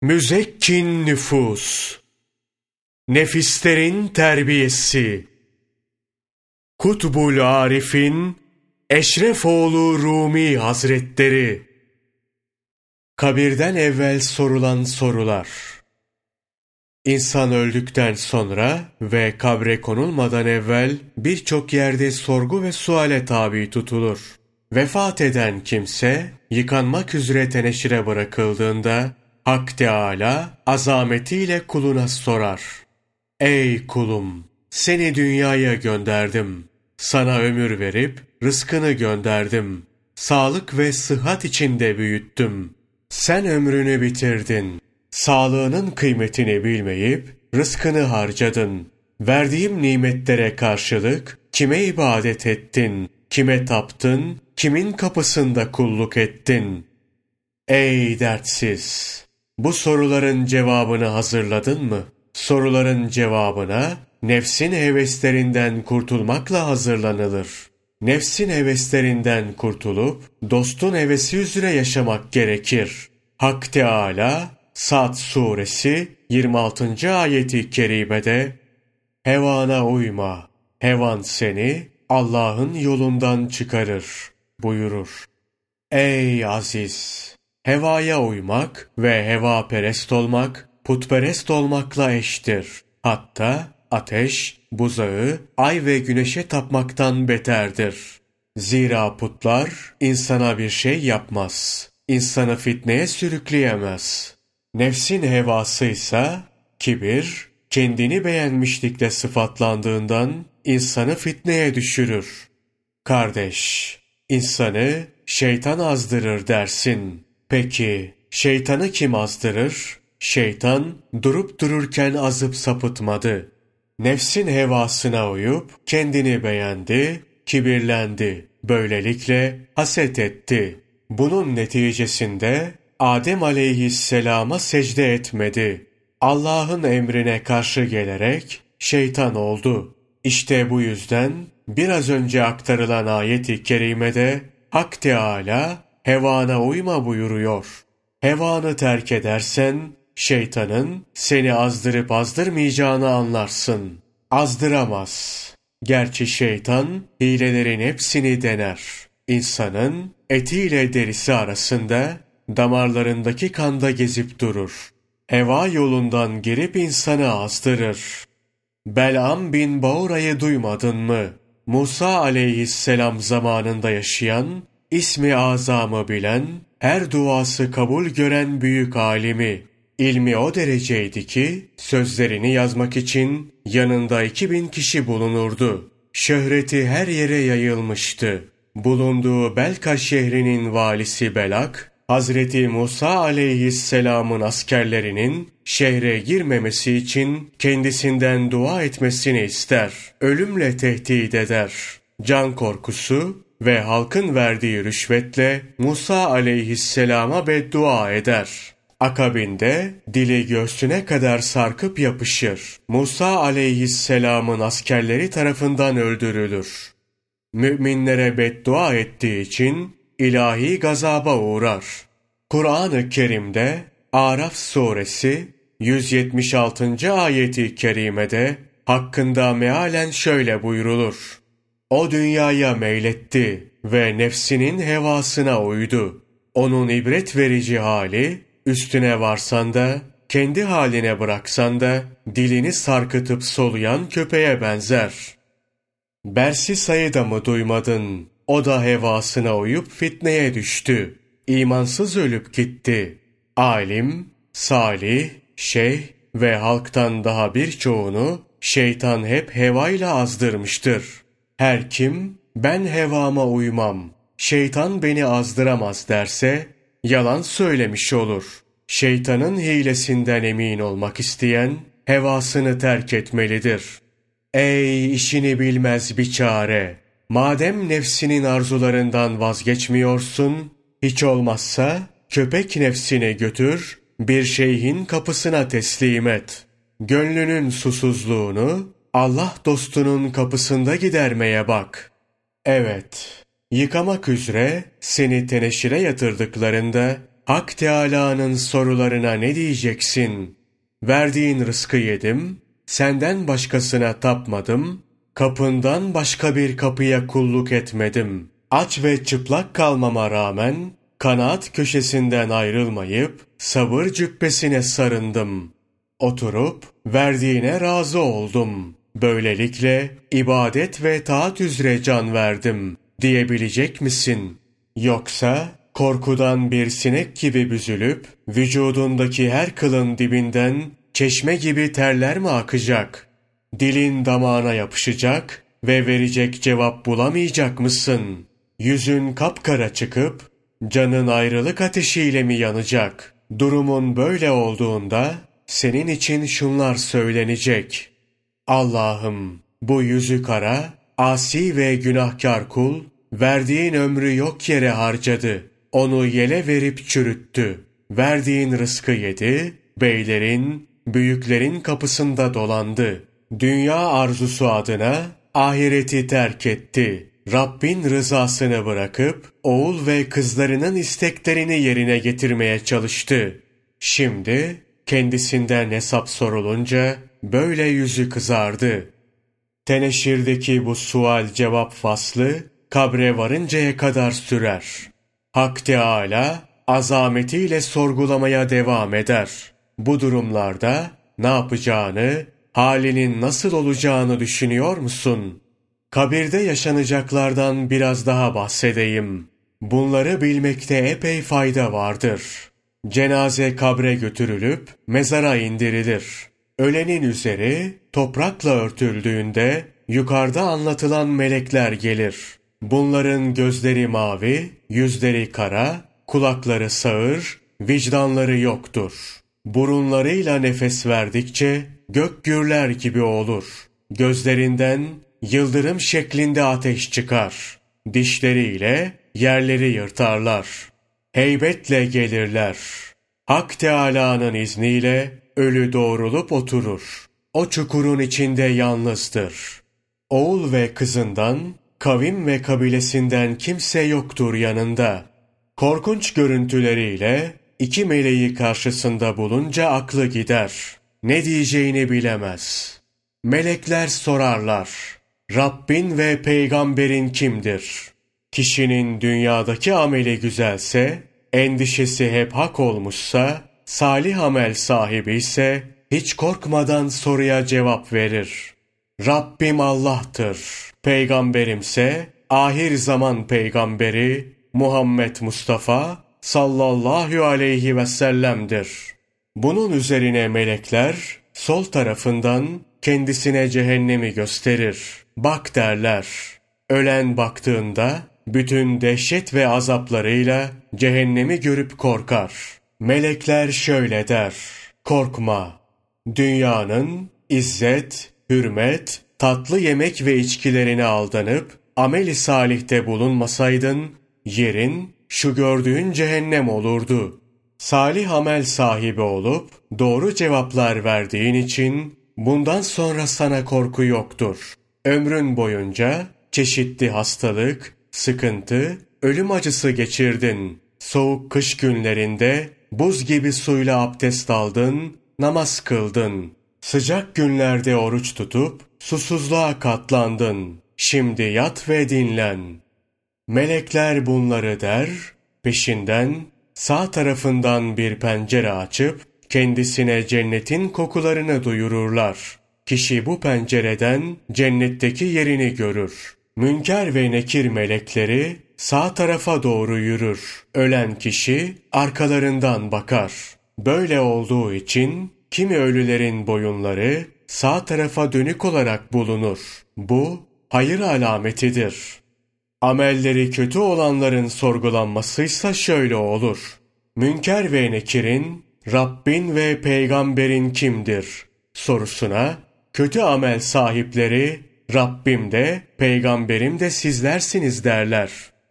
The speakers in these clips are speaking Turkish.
Müzekkin nüfus, nefislerin terbiyesi, Kutbul Arif'in Eşrefoğlu Rumi Hazretleri. Kabirden evvel sorulan sorular. İnsan öldükten sonra ve kabre konulmadan evvel birçok yerde sorgu ve suale tabi tutulur. Vefat eden kimse yıkanmak üzere teneşire bırakıldığında Hak Teâlâ azametiyle kuluna sorar. Ey kulum! Seni dünyaya gönderdim. Sana ömür verip rızkını gönderdim. Sağlık ve sıhhat içinde büyüttüm. Sen ömrünü bitirdin. Sağlığının kıymetini bilmeyip rızkını harcadın. Verdiğim nimetlere karşılık kime ibadet ettin, kime taptın, kimin kapısında kulluk ettin? Ey dertsiz! Bu soruların cevabını hazırladın mı? Soruların cevabına nefsin heveslerinden kurtulmakla hazırlanılır. Nefsin heveslerinden kurtulup dostun hevesi üzere yaşamak gerekir. Hak Teâlâ Sad suresi 26. ayeti kerimede hevana uyma, hevan seni Allah'ın yolundan çıkarır buyurur. Ey aziz! Hevaya uymak ve hevaperest olmak, putperest olmakla eştir. Hatta ateş, buzağı, ay ve güneşe tapmaktan beterdir. Zira putlar insana bir şey yapmaz. İnsanı fitneye sürükleyemez. Nefsin hevasıysa kibir, kendini beğenmişlikle sıfatlandığından insanı fitneye düşürür. Kardeş, insanı şeytan azdırır dersin. Peki şeytanı kim azdırır? Şeytan durup dururken azıp sapıtmadı. Nefsin hevasına uyup kendini beğendi, kibirlendi. Böylelikle haset etti. Bunun neticesinde Adem aleyhisselama secde etmedi. Allah'ın emrine karşı gelerek şeytan oldu. İşte bu yüzden biraz önce aktarılan ayet-i kerimede Hak Teâlâ hevana uyma buyuruyor. Hevanı terk edersen şeytanın seni azdırıp azdırmayacağını anlarsın. Azdıramaz. Gerçi şeytan hilelerin hepsini dener. İnsanın etiyle derisi arasında damarlarındaki kanda gezip durur. Heva yolundan girip insanı azdırır. Bel'am bin Baura'yı duymadın mı? Musa aleyhisselam zamanında yaşayan, ismi azamı bilen, her duası kabul gören büyük alimi. İlmi o dereceydi ki, sözlerini yazmak için yanında 2000 kişi bulunurdu. Şöhreti her yere yayılmıştı. Bulunduğu Belka şehrinin valisi Belak, Hazreti Musa aleyhisselamın askerlerinin şehre girmemesi için kendisinden dua etmesini ister. Ölümle tehdit eder. Can korkusu ve halkın verdiği rüşvetle Musa aleyhisselama beddua eder. Akabinde dili göğsüne kadar sarkıp yapışır. Musa aleyhisselamın askerleri tarafından öldürülür. Müminlere beddua ettiği için ilahi gazaba uğrar. Kur'an-ı Kerim'de Araf suresi 176. ayeti kerimede hakkında mealen şöyle buyrulur. O dünyaya meyletti ve nefsinin hevasına uydu. Onun ibret verici hali, üstüne varsan da, kendi haline bıraksan da, dilini sarkıtıp soluyan köpeğe benzer. Bersi Said'ı mı duymadın? O da hevasına uyup fitneye düştü. İmansız ölüp gitti. Alim, salih, şeyh ve halktan daha birçoğunu şeytan hep hevayla azdırmıştır. Her kim ben hevama uymam, şeytan beni azdıramaz derse yalan söylemiş olur. Şeytanın hilesinden emin olmak isteyen hevasını terk etmelidir. Ey işini bilmez biçare! Madem nefsinin arzularından vazgeçmiyorsun, hiç olmazsa köpek nefsini götür, bir şeyhin kapısına teslim et. Gönlünün susuzluğunu Allah dostunun kapısında gidermeye bak. Evet, yıkamak üzere seni teneşire yatırdıklarında Hak Teâlâ'nın sorularına ne diyeceksin? Verdiğin rızkı yedim, senden başkasına tapmadım, kapından başka bir kapıya kulluk etmedim. Aç ve çıplak kalmama rağmen, kanaat köşesinden ayrılmayıp, sabır cübbesine sarındım. Oturup, verdiğine razı oldum. Böylelikle, ibadet ve taat üzere can verdim, diyebilecek misin? Yoksa, korkudan bir sinek gibi büzülüp, vücudundaki her kılın dibinden, çeşme gibi terler mi akacak? Dilin damağına yapışacak ve verecek cevap bulamayacak mısın? Yüzün kapkara çıkıp, canın ayrılık ateşiyle mi yanacak? Durumun böyle olduğunda, senin için şunlar söylenecek. Allah'ım, bu yüzü kara, asi ve günahkar kul, verdiğin ömrü yok yere harcadı. Onu yele verip çürüttü. Verdiğin rızkı yedi, beylerin, büyüklerin kapısında dolandı. Dünya arzusu adına ahireti terk etti. Rabbin rızasını bırakıp oğul ve kızlarının isteklerini yerine getirmeye çalıştı. Şimdi kendisinden hesap sorulunca böyle yüzü kızardı. Teneşirdeki bu sual cevap faslı kabre varıncaya kadar sürer. Hak Teâlâ azametiyle sorgulamaya devam eder. Bu durumlarda ne yapacağını, halinin nasıl olacağını düşünüyor musun? Kabirde yaşanacaklardan biraz daha bahsedeyim. Bunları bilmekte epey fayda vardır. Cenaze kabre götürülüp mezara indirilir. Ölenin üzeri toprakla örtüldüğünde yukarıda anlatılan melekler gelir. Bunların gözleri mavi, yüzleri kara, kulakları sağır, vicdanları yoktur. Burunlarıyla nefes verdikçe gök gürler gibi olur. Gözlerinden yıldırım şeklinde ateş çıkar. Dişleriyle yerleri yırtarlar. Heybetle gelirler. Hak Teâlâ'nın izniyle ölü doğrulup oturur. O çukurun içinde yalnızdır. Oğul ve kızından, kavim ve kabilesinden kimse yoktur yanında. Korkunç görüntüleriyle iki meleği karşısında bulunca aklı gider. Ne diyeceğini bilemez. Melekler sorarlar. Rabbin ve peygamberin kimdir? Kişinin dünyadaki ameli güzelse, endişesi hep hak olmuşsa, salih amel sahibi ise hiç korkmadan soruya cevap verir. Rabbim Allah'tır. Peygamberimse ahir zaman peygamberi Muhammed Mustafa sallallahu aleyhi ve sellem'dir. Bunun üzerine melekler sol tarafından kendisine cehennemi gösterir. Bak derler. Ölen baktığında bütün dehşet ve azaplarıyla cehennemi görüp korkar. Melekler şöyle der. Korkma. Dünyanın izzet, hürmet, tatlı yemek ve içkilerine aldanıp ameli salihte bulunmasaydın, yerin şu gördüğün cehennem olurdu. Salih amel sahibi olup doğru cevaplar verdiğin için bundan sonra sana korku yoktur. Ömrün boyunca çeşitli hastalık, sıkıntı, ölüm acısı geçirdin. Soğuk kış günlerinde buz gibi suyla abdest aldın, namaz kıldın. Sıcak günlerde oruç tutup susuzluğa katlandın. Şimdi yat ve dinlen. Melekler bunları der, peşinden sağ tarafından bir pencere açıp kendisine cennetin kokularını duyururlar. Kişi bu pencereden cennetteki yerini görür. Münker ve nekir melekleri sağ tarafa doğru yürür. Ölen kişi arkalarından bakar. Böyle olduğu için kimi ölülerin boyunları sağ tarafa dönük olarak bulunur. Bu hayır alametidir. Amelleri kötü olanların sorgulanmasıysa şöyle olur. Münker ve Nekir'in Rabbin ve peygamberin kimdir sorusuna kötü amel sahipleri Rabbim de peygamberim de sizlersiniz derler.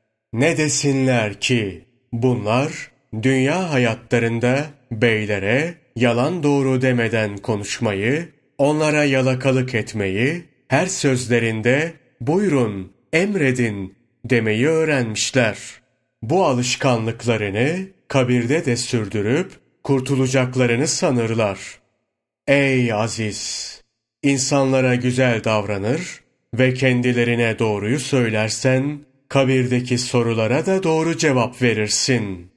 Ne desinler ki bunlar dünya hayatlarında beylere yalan doğru demeden konuşmayı, onlara yalakalık etmeyi, her sözlerinde buyurun, emredin demeyi öğrenmişler. Bu alışkanlıklarını kabirde de sürdürüp kurtulacaklarını sanırlar. Ey aziz! İnsanlara güzel davranır ve kendilerine doğruyu söylersen, kabirdeki sorulara da doğru cevap verirsin.